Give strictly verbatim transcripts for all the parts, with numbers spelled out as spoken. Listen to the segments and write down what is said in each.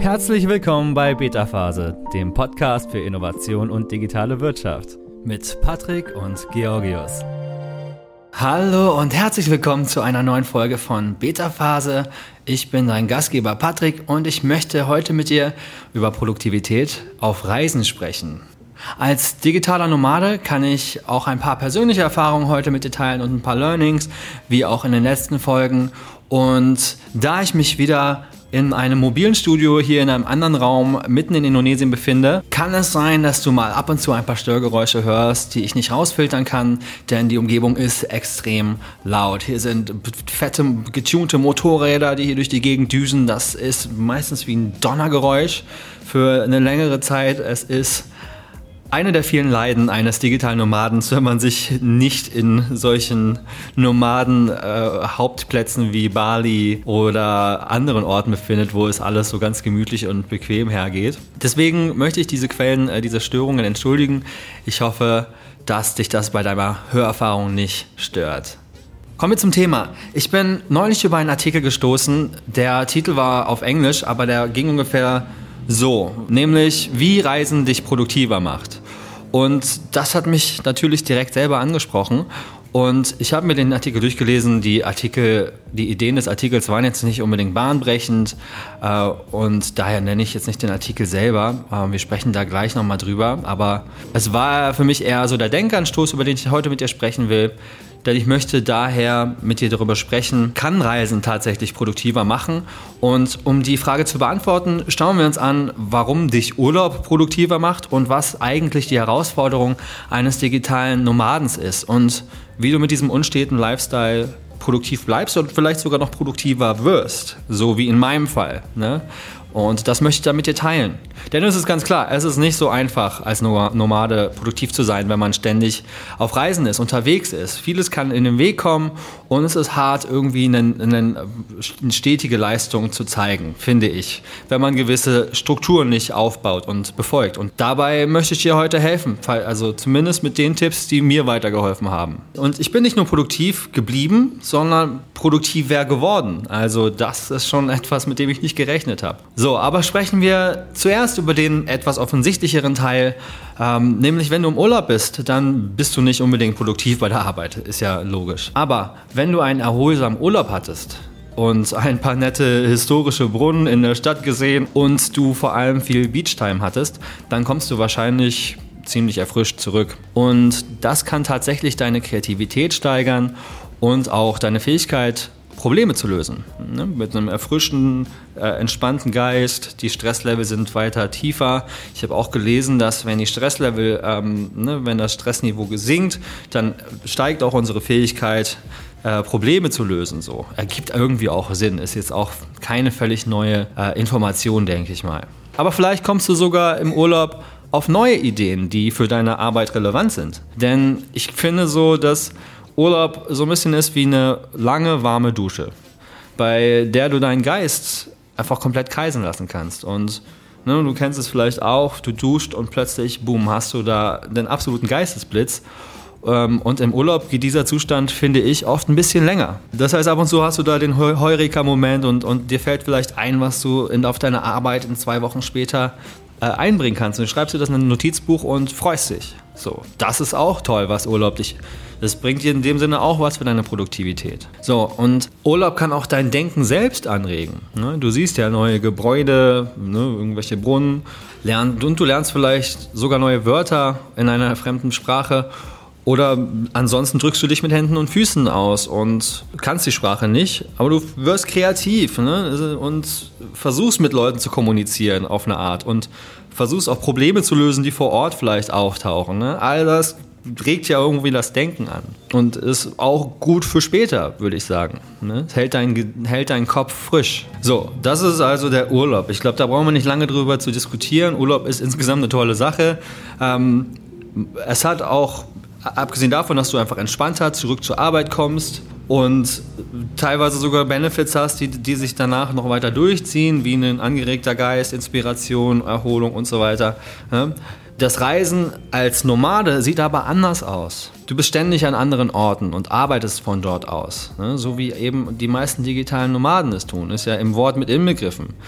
Herzlich willkommen bei Beta Phase, dem Podcast für Innovation und digitale Wirtschaft mit Patrick und Georgios. Hallo und herzlich willkommen zu einer neuen Folge von Beta Phase. Ich bin dein Gastgeber Patrick und ich möchte heute mit dir über Produktivität auf Reisen sprechen. Als digitaler Nomade kann ich auch ein paar persönliche Erfahrungen heute mit dir teilen und ein paar Learnings, wie auch in den letzten Folgen. Und da ich mich wieder in einem mobilen Studio hier in einem anderen Raum mitten in Indonesien befinde, kann es sein, dass du mal ab und zu ein paar Störgeräusche hörst, die ich nicht rausfiltern kann, denn die Umgebung ist extrem laut. Hier sind fette, getunte Motorräder, die hier durch die Gegend düsen. Das ist meistens wie ein Donnergeräusch für eine längere Zeit. Es ist eine der vielen Leiden eines digitalen Nomadens, wenn man sich nicht in solchen Nomaden-Hauptplätzen äh, wie Bali oder anderen Orten befindet, wo es alles so ganz gemütlich und bequem hergeht. Deswegen möchte ich diese Quellen, äh, diese Störungen entschuldigen. Ich hoffe, dass dich das bei deiner Hörerfahrung nicht stört. Kommen wir zum Thema. Ich bin neulich über einen Artikel gestoßen. Der Titel war auf Englisch, aber der ging ungefähr so, nämlich wie Reisen dich produktiver macht. Und das hat mich natürlich direkt selber angesprochen. Und ich habe mir den Artikel durchgelesen. Die Artikel, die Ideen des Artikels waren jetzt nicht unbedingt bahnbrechend. Äh, und daher nenne ich jetzt nicht den Artikel selber. Äh, wir sprechen da gleich nochmal drüber. Aber es war für mich eher so der Denkanstoß, über den ich heute mit dir sprechen will. Denn ich möchte daher mit dir darüber sprechen, kann Reisen tatsächlich produktiver machen? Und um die Frage zu beantworten, schauen wir uns an, warum dich Urlaub produktiver macht und was eigentlich die Herausforderung eines digitalen Nomadens ist und wie du mit diesem unsteten Lifestyle produktiv bleibst und vielleicht sogar noch produktiver wirst, so wie in meinem Fall, ne? Und das möchte ich dann mit dir teilen. Denn es ist ganz klar, es ist nicht so einfach, als Nomade produktiv zu sein, wenn man ständig auf Reisen ist, unterwegs ist. Vieles kann in den Weg kommen und es ist hart, irgendwie eine, eine, eine stetige Leistung zu zeigen, finde ich, wenn man gewisse Strukturen nicht aufbaut und befolgt. Und dabei möchte ich dir heute helfen, also zumindest mit den Tipps, die mir weitergeholfen haben. Und ich bin nicht nur produktiv geblieben, sondern produktiver geworden. Also das ist schon etwas, mit dem ich nicht gerechnet habe. So, aber sprechen wir zuerst über den etwas offensichtlicheren Teil, ähm, nämlich wenn du im Urlaub bist, dann bist du nicht unbedingt produktiv bei der Arbeit, ist ja logisch. Aber wenn du einen erholsamen Urlaub hattest und ein paar nette historische Brunnen in der Stadt gesehen und du vor allem viel Beachtime hattest, dann kommst du wahrscheinlich ziemlich erfrischt zurück. Und das kann tatsächlich deine Kreativität steigern und auch deine Fähigkeit, Probleme zu lösen. Ne? Mit einem erfrischenden, äh, entspannten Geist. Die Stresslevel sind weiter tiefer. Ich habe auch gelesen, dass wenn die Stresslevel, ähm, ne, wenn das Stressniveau sinkt, dann steigt auch unsere Fähigkeit, äh, Probleme zu lösen. So. Ergibt irgendwie auch Sinn. Ist jetzt auch keine völlig neue äh, Information, denke ich mal. Aber vielleicht kommst du sogar im Urlaub auf neue Ideen, die für deine Arbeit relevant sind. Denn ich finde so, dass Urlaub so ein bisschen ist wie eine lange, warme Dusche, bei der du deinen Geist einfach komplett kreisen lassen kannst. Und ne, du kennst es vielleicht auch, du duscht und plötzlich, boom, hast du da den absoluten Geistesblitz. Und im Urlaub geht dieser Zustand, finde ich, oft ein bisschen länger. Das heißt, ab und zu hast du da den Heureka-Moment und, und dir fällt vielleicht ein, was du in, auf deine Arbeit in zwei Wochen später äh, einbringen kannst. Und du schreibst dir das in ein Notizbuch und freust dich. So, das ist auch toll, was Urlaub dich... Das bringt dir in dem Sinne auch was für deine Produktivität. So, und Urlaub kann auch dein Denken selbst anregen. Ne? Du siehst ja neue Gebäude, ne, irgendwelche Brunnen, lern, und du lernst vielleicht sogar neue Wörter in einer fremden Sprache. Oder ansonsten drückst du dich mit Händen und Füßen aus und kannst die Sprache nicht, aber du wirst kreativ, ne? Und versuchst mit Leuten zu kommunizieren auf eine Art und versuchst auch Probleme zu lösen, die vor Ort vielleicht auftauchen. Ne? All das regt ja irgendwie das Denken an und ist auch gut für später, würde ich sagen. Ne? Es hält, dein, hält deinen Kopf frisch. So, das ist also der Urlaub. Ich glaube, da brauchen wir nicht lange drüber zu diskutieren. Urlaub ist insgesamt eine tolle Sache. Ähm, es hat auch, abgesehen davon, dass du einfach entspannter zurück zur Arbeit kommst und teilweise sogar Benefits hast, die, die sich danach noch weiter durchziehen, wie ein angeregter Geist, Inspiration, Erholung und so weiter. Ja? Das Reisen als Nomade sieht aber anders aus. Du bist ständig an anderen Orten und arbeitest von dort aus. Ne? So wie eben die meisten digitalen Nomaden es tun. Ist ja im Wort mit inbegriffen.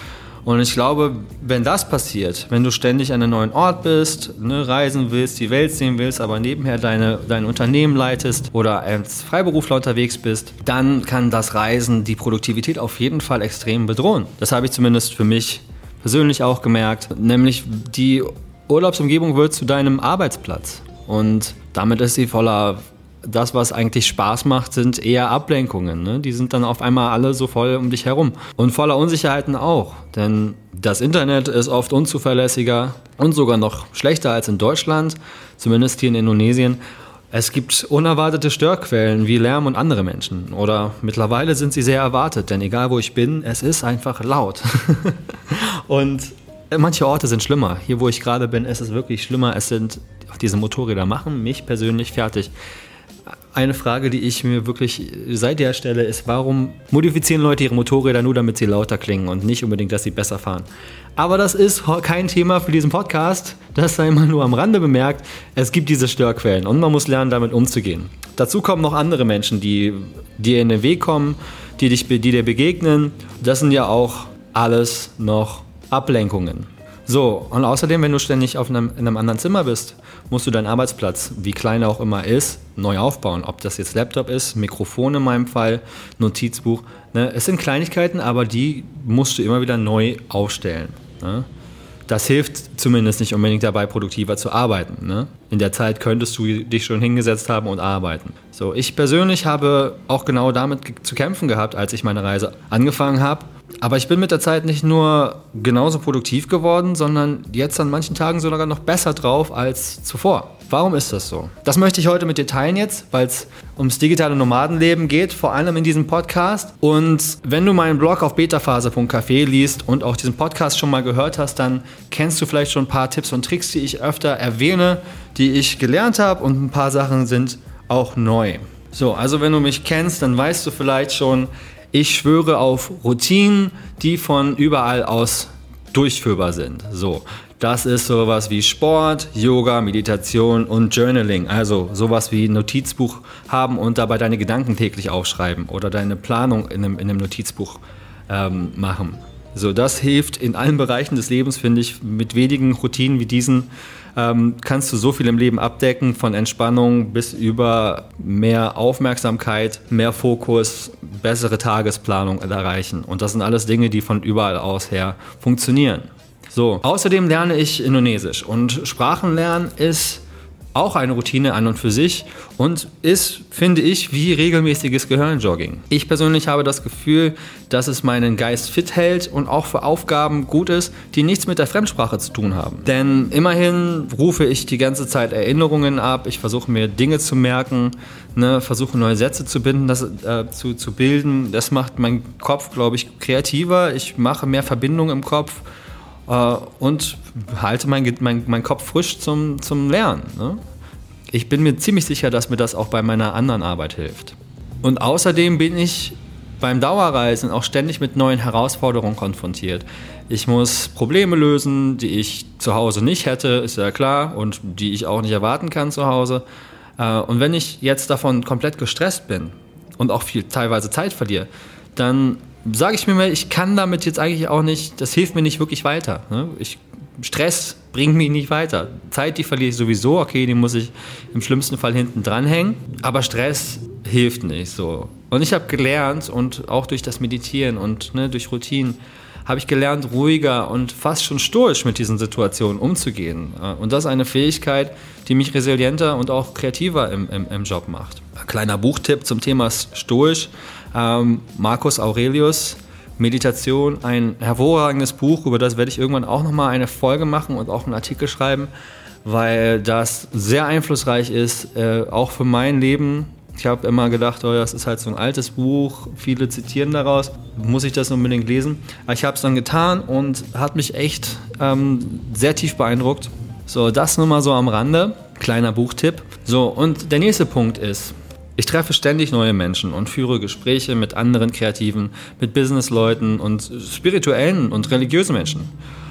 Und ich glaube, wenn das passiert, wenn du ständig an einem neuen Ort bist, ne, reisen willst, die Welt sehen willst, aber nebenher deine, dein Unternehmen leitest oder als Freiberufler unterwegs bist, dann kann das Reisen die Produktivität auf jeden Fall extrem bedrohen. Das habe ich zumindest für mich persönlich auch gemerkt. Nämlich die Urlaubsumgebung wird zu deinem Arbeitsplatz. Und damit ist sie voller, das, was eigentlich Spaß macht, sind eher Ablenkungen. Ne? Die sind dann auf einmal alle so voll um dich herum. Und voller Unsicherheiten auch. Denn das Internet ist oft unzuverlässiger und sogar noch schlechter als in Deutschland, zumindest hier in Indonesien. Es gibt unerwartete Störquellen wie Lärm und andere Menschen. Oder mittlerweile sind sie sehr erwartet, denn egal wo ich bin, es ist einfach laut. Und manche Orte sind schlimmer. Hier, wo ich gerade bin, ist es wirklich schlimmer. Es sind, diese Motorräder machen mich persönlich fertig. Eine Frage, die ich mir wirklich seither stelle, ist, warum modifizieren Leute ihre Motorräder nur, damit sie lauter klingen und nicht unbedingt, dass sie besser fahren? Aber das ist kein Thema für diesen Podcast. Das sei immer nur am Rande bemerkt. Es gibt diese Störquellen und man muss lernen, damit umzugehen. Dazu kommen noch andere Menschen, die dir in den Weg kommen, die, dich, die dir begegnen. Das sind ja auch alles noch Ablenkungen. So, und außerdem, wenn du ständig auf einem, in einem anderen Zimmer bist, musst du deinen Arbeitsplatz, wie klein er auch immer ist, neu aufbauen. Ob das jetzt Laptop ist, Mikrofon in meinem Fall, Notizbuch. Ne? Es sind Kleinigkeiten, aber die musst du immer wieder neu aufstellen. Ne? Das hilft zumindest nicht unbedingt dabei, produktiver zu arbeiten. Ne? In der Zeit könntest du dich schon hingesetzt haben und arbeiten. So, ich persönlich habe auch genau damit ge- zu kämpfen gehabt, als ich meine Reise angefangen habe. Aber ich bin mit der Zeit nicht nur genauso produktiv geworden, sondern jetzt an manchen Tagen sogar noch besser drauf als zuvor. Warum ist das so? Das möchte ich heute mit dir teilen jetzt, weil es ums digitale Nomadenleben geht, vor allem in diesem Podcast. Und wenn du meinen Blog auf betaphase punkt café liest und auch diesen Podcast schon mal gehört hast, dann kennst du vielleicht schon ein paar Tipps und Tricks, die ich öfter erwähne, die ich gelernt habe, und ein paar Sachen sind auch neu. So, also wenn du mich kennst, dann weißt du vielleicht schon, ich schwöre auf Routinen, die von überall aus durchführbar sind. So, das ist sowas wie Sport, Yoga, Meditation und Journaling. Also sowas wie ein Notizbuch haben und dabei deine Gedanken täglich aufschreiben oder deine Planung in einem, in einem Notizbuch ähm, machen. So, das hilft in allen Bereichen des Lebens, finde ich. Mit wenigen Routinen wie diesen ähm, kannst du so viel im Leben abdecken, von Entspannung bis über mehr Aufmerksamkeit, mehr Fokus, bessere Tagesplanung erreichen. Und das sind alles Dinge, die von überall aus her funktionieren. So, außerdem lerne ich Indonesisch, und Sprachenlernen ist auch eine Routine an und für sich und ist, finde ich, wie regelmäßiges Gehirnjogging. Ich persönlich habe das Gefühl, dass es meinen Geist fit hält und auch für Aufgaben gut ist, die nichts mit der Fremdsprache zu tun haben. Denn immerhin rufe ich die ganze Zeit Erinnerungen ab, ich versuche mir Dinge zu merken, ne, versuche neue Sätze zu, binden, das, äh, zu, zu bilden. Das macht meinen Kopf, glaube ich, kreativer. Ich mache mehr Verbindungen im Kopf und halte meinen mein, mein Kopf frisch zum, zum Lernen. Ne? Ich bin mir ziemlich sicher, dass mir das auch bei meiner anderen Arbeit hilft. Und außerdem bin ich beim Dauerreisen auch ständig mit neuen Herausforderungen konfrontiert. Ich muss Probleme lösen, die ich zu Hause nicht hätte, ist ja klar, und die ich auch nicht erwarten kann zu Hause. Und wenn ich jetzt davon komplett gestresst bin und auch viel teilweise Zeit verliere, dann sage ich mir mal, ich kann damit jetzt eigentlich auch nicht, das hilft mir nicht wirklich weiter. Ne? Ich, Stress bringt mich nicht weiter. Zeit, die verliere ich sowieso, okay, die muss ich im schlimmsten Fall hinten dranhängen, aber Stress hilft nicht so. Und ich habe gelernt, und auch durch das Meditieren und ne, durch Routinen, habe ich gelernt, ruhiger und fast schon stoisch mit diesen Situationen umzugehen. Und das ist eine Fähigkeit, die mich resilienter und auch kreativer im, im, im Job macht. Ein kleiner Buchtipp zum Thema stoisch. Ähm, Marcus Aurelius, Meditation, ein hervorragendes Buch, über das werde ich irgendwann auch nochmal eine Folge machen und auch einen Artikel schreiben, weil das sehr einflussreich ist, äh, auch für mein Leben. Ich habe immer gedacht, oh, das ist halt so ein altes Buch, viele zitieren daraus, muss ich das unbedingt lesen? Aber ich habe es dann getan und hat mich echt ähm, sehr tief beeindruckt. So, das nur mal so am Rande, kleiner Buchtipp. So, und der nächste Punkt ist, ich treffe ständig neue Menschen und führe Gespräche mit anderen Kreativen, mit Businessleuten und spirituellen und religiösen Menschen.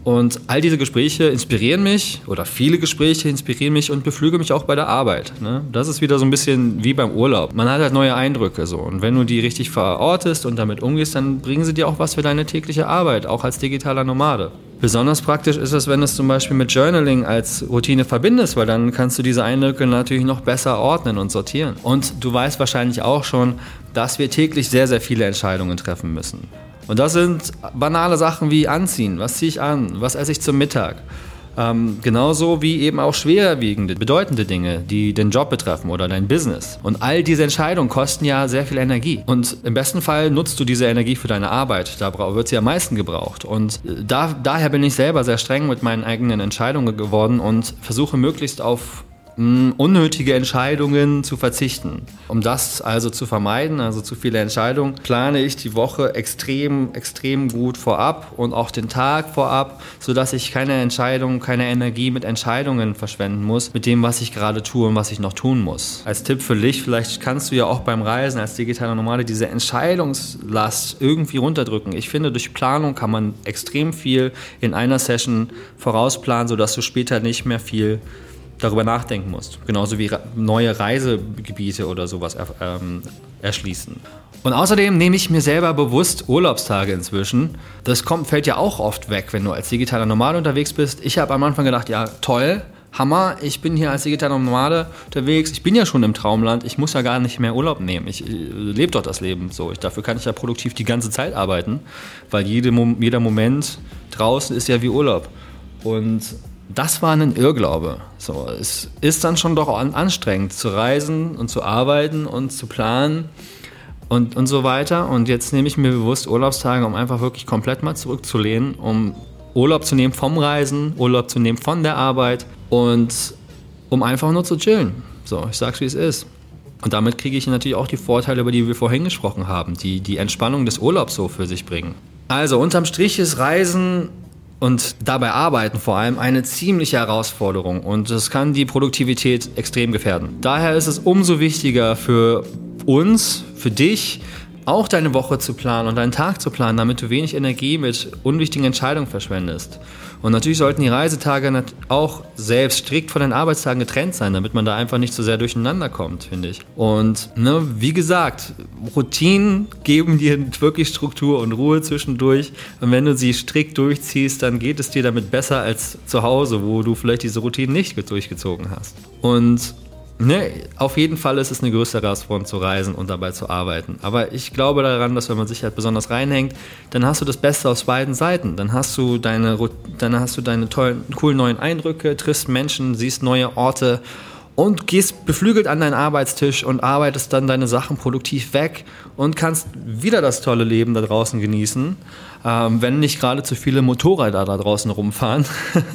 Und all diese Gespräche inspirieren mich oder viele Gespräche inspirieren mich und beflügeln mich auch bei der Arbeit. Ne? Das ist wieder so ein bisschen wie beim Urlaub. Man hat halt neue Eindrücke so. Und wenn du die richtig verortest und damit umgehst, dann bringen sie dir auch was für deine tägliche Arbeit, auch als digitaler Nomade. Besonders praktisch ist es, wenn du es zum Beispiel mit Journaling als Routine verbindest, weil dann kannst du diese Eindrücke natürlich noch besser ordnen und sortieren. Und du weißt wahrscheinlich auch schon, dass wir täglich sehr, sehr viele Entscheidungen treffen müssen. Und das sind banale Sachen wie Anziehen, was ziehe ich an, was esse ich zum Mittag. Ähm, genauso wie eben auch schwerwiegende, bedeutende Dinge, die den Job betreffen oder dein Business. Und all diese Entscheidungen kosten ja sehr viel Energie. Und im besten Fall nutzt du diese Energie für deine Arbeit. Da wird sie am meisten gebraucht. Und da, daher bin ich selber sehr streng mit meinen eigenen Entscheidungen geworden und versuche möglichst auf unnötige Entscheidungen zu verzichten. Um das also zu vermeiden, also zu viele Entscheidungen, plane ich die Woche extrem, extrem gut vorab und auch den Tag vorab, sodass ich keine Entscheidung, keine Energie mit Entscheidungen verschwenden muss, mit dem, was ich gerade tue und was ich noch tun muss. Als Tipp für dich, vielleicht kannst du ja auch beim Reisen als digitaler Nomade diese Entscheidungslast irgendwie runterdrücken. Ich finde, durch Planung kann man extrem viel in einer Session vorausplanen, sodass du später nicht mehr viel darüber nachdenken musst. Genauso wie neue Reisegebiete oder sowas er, ähm, erschließen. Und außerdem nehme ich mir selber bewusst Urlaubstage inzwischen. Das kommt, fällt ja auch oft weg, wenn du als digitaler Nomade unterwegs bist. Ich habe am Anfang gedacht, ja toll, Hammer, ich bin hier als digitaler Nomade unterwegs, ich bin ja schon im Traumland, ich muss ja gar nicht mehr Urlaub nehmen. Ich, ich lebe doch das Leben so. Ich, dafür kann ich ja produktiv die ganze Zeit arbeiten, weil jede, jeder Moment draußen ist ja wie Urlaub. Und das war ein Irrglaube. So, es ist dann schon doch anstrengend zu reisen und zu arbeiten und zu planen und, und so weiter. Und jetzt nehme ich mir bewusst Urlaubstage, um einfach wirklich komplett mal zurückzulehnen, um Urlaub zu nehmen vom Reisen, Urlaub zu nehmen von der Arbeit und um einfach nur zu chillen. So, ich sag's, wie es ist. Und damit kriege ich natürlich auch die Vorteile, über die wir vorhin gesprochen haben, die die Entspannung des Urlaubs so für sich bringen. Also unterm Strich ist Reisen und dabei arbeiten vor allem eine ziemliche Herausforderung und das kann die Produktivität extrem gefährden. Daher ist es umso wichtiger für uns, für dich, auch deine Woche zu planen und deinen Tag zu planen, damit du wenig Energie mit unwichtigen Entscheidungen verschwendest. Und natürlich sollten die Reisetage auch selbst strikt von den Arbeitstagen getrennt sein, damit man da einfach nicht so sehr durcheinander kommt, finde ich. Und ne, wie gesagt, Routinen geben dir wirklich Struktur und Ruhe zwischendurch. Und wenn du sie strikt durchziehst, dann geht es dir damit besser als zu Hause, wo du vielleicht diese Routinen nicht durchgezogen hast. Und Ne, auf jeden Fall ist es eine größere Herausforderung zu reisen und dabei zu arbeiten. Aber ich glaube daran, dass wenn man sich halt besonders reinhängt, dann hast du das Beste aus beiden Seiten. Dann hast du deine, dann hast du deine tollen, coolen neuen Eindrücke, triffst Menschen, siehst neue Orte und gehst beflügelt an deinen Arbeitstisch und arbeitest dann deine Sachen produktiv weg und kannst wieder das tolle Leben da draußen genießen, ähm, wenn nicht gerade zu viele Motorräder da draußen rumfahren.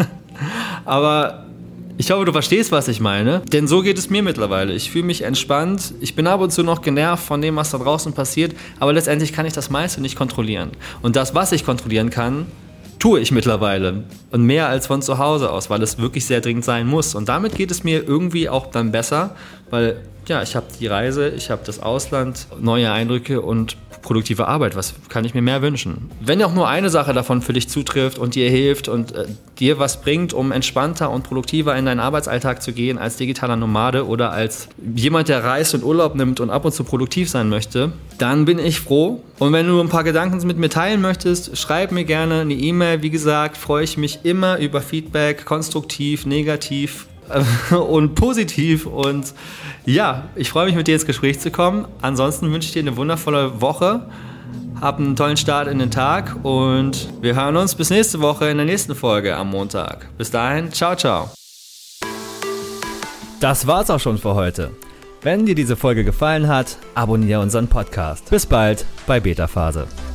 Aber ich hoffe, du verstehst, was ich meine, denn so geht es mir mittlerweile. Ich fühle mich entspannt, ich bin ab und zu noch genervt von dem, was da draußen passiert, aber letztendlich kann ich das meiste nicht kontrollieren. Und das, was ich kontrollieren kann, tue ich mittlerweile. Und mehr als von zu Hause aus, weil es wirklich sehr dringend sein muss. Und damit geht es mir irgendwie auch dann besser, weil ja, ich habe die Reise, ich habe das Ausland, neue Eindrücke und produktive Arbeit. Was kann ich mir mehr wünschen? Wenn auch nur eine Sache davon für dich zutrifft und dir hilft und äh, dir was bringt, um entspannter und produktiver in deinen Arbeitsalltag zu gehen als digitaler Nomade oder als jemand, der reist und Urlaub nimmt und ab und zu produktiv sein möchte, dann bin ich froh. Und wenn du ein paar Gedanken mit mir teilen möchtest, schreib mir gerne eine E-Mail. Wie gesagt, freue ich mich immer über Feedback, konstruktiv, negativ und positiv. Und ja, ich freue mich, mit dir ins Gespräch zu kommen. Ansonsten wünsche ich dir eine wundervolle Woche. Hab einen tollen Start in den Tag und wir hören uns bis nächste Woche in der nächsten Folge am Montag. Bis dahin, ciao, ciao. Das war's auch schon für heute. Wenn dir diese Folge gefallen hat, abonniere unseren Podcast. Bis bald bei Beta Phase.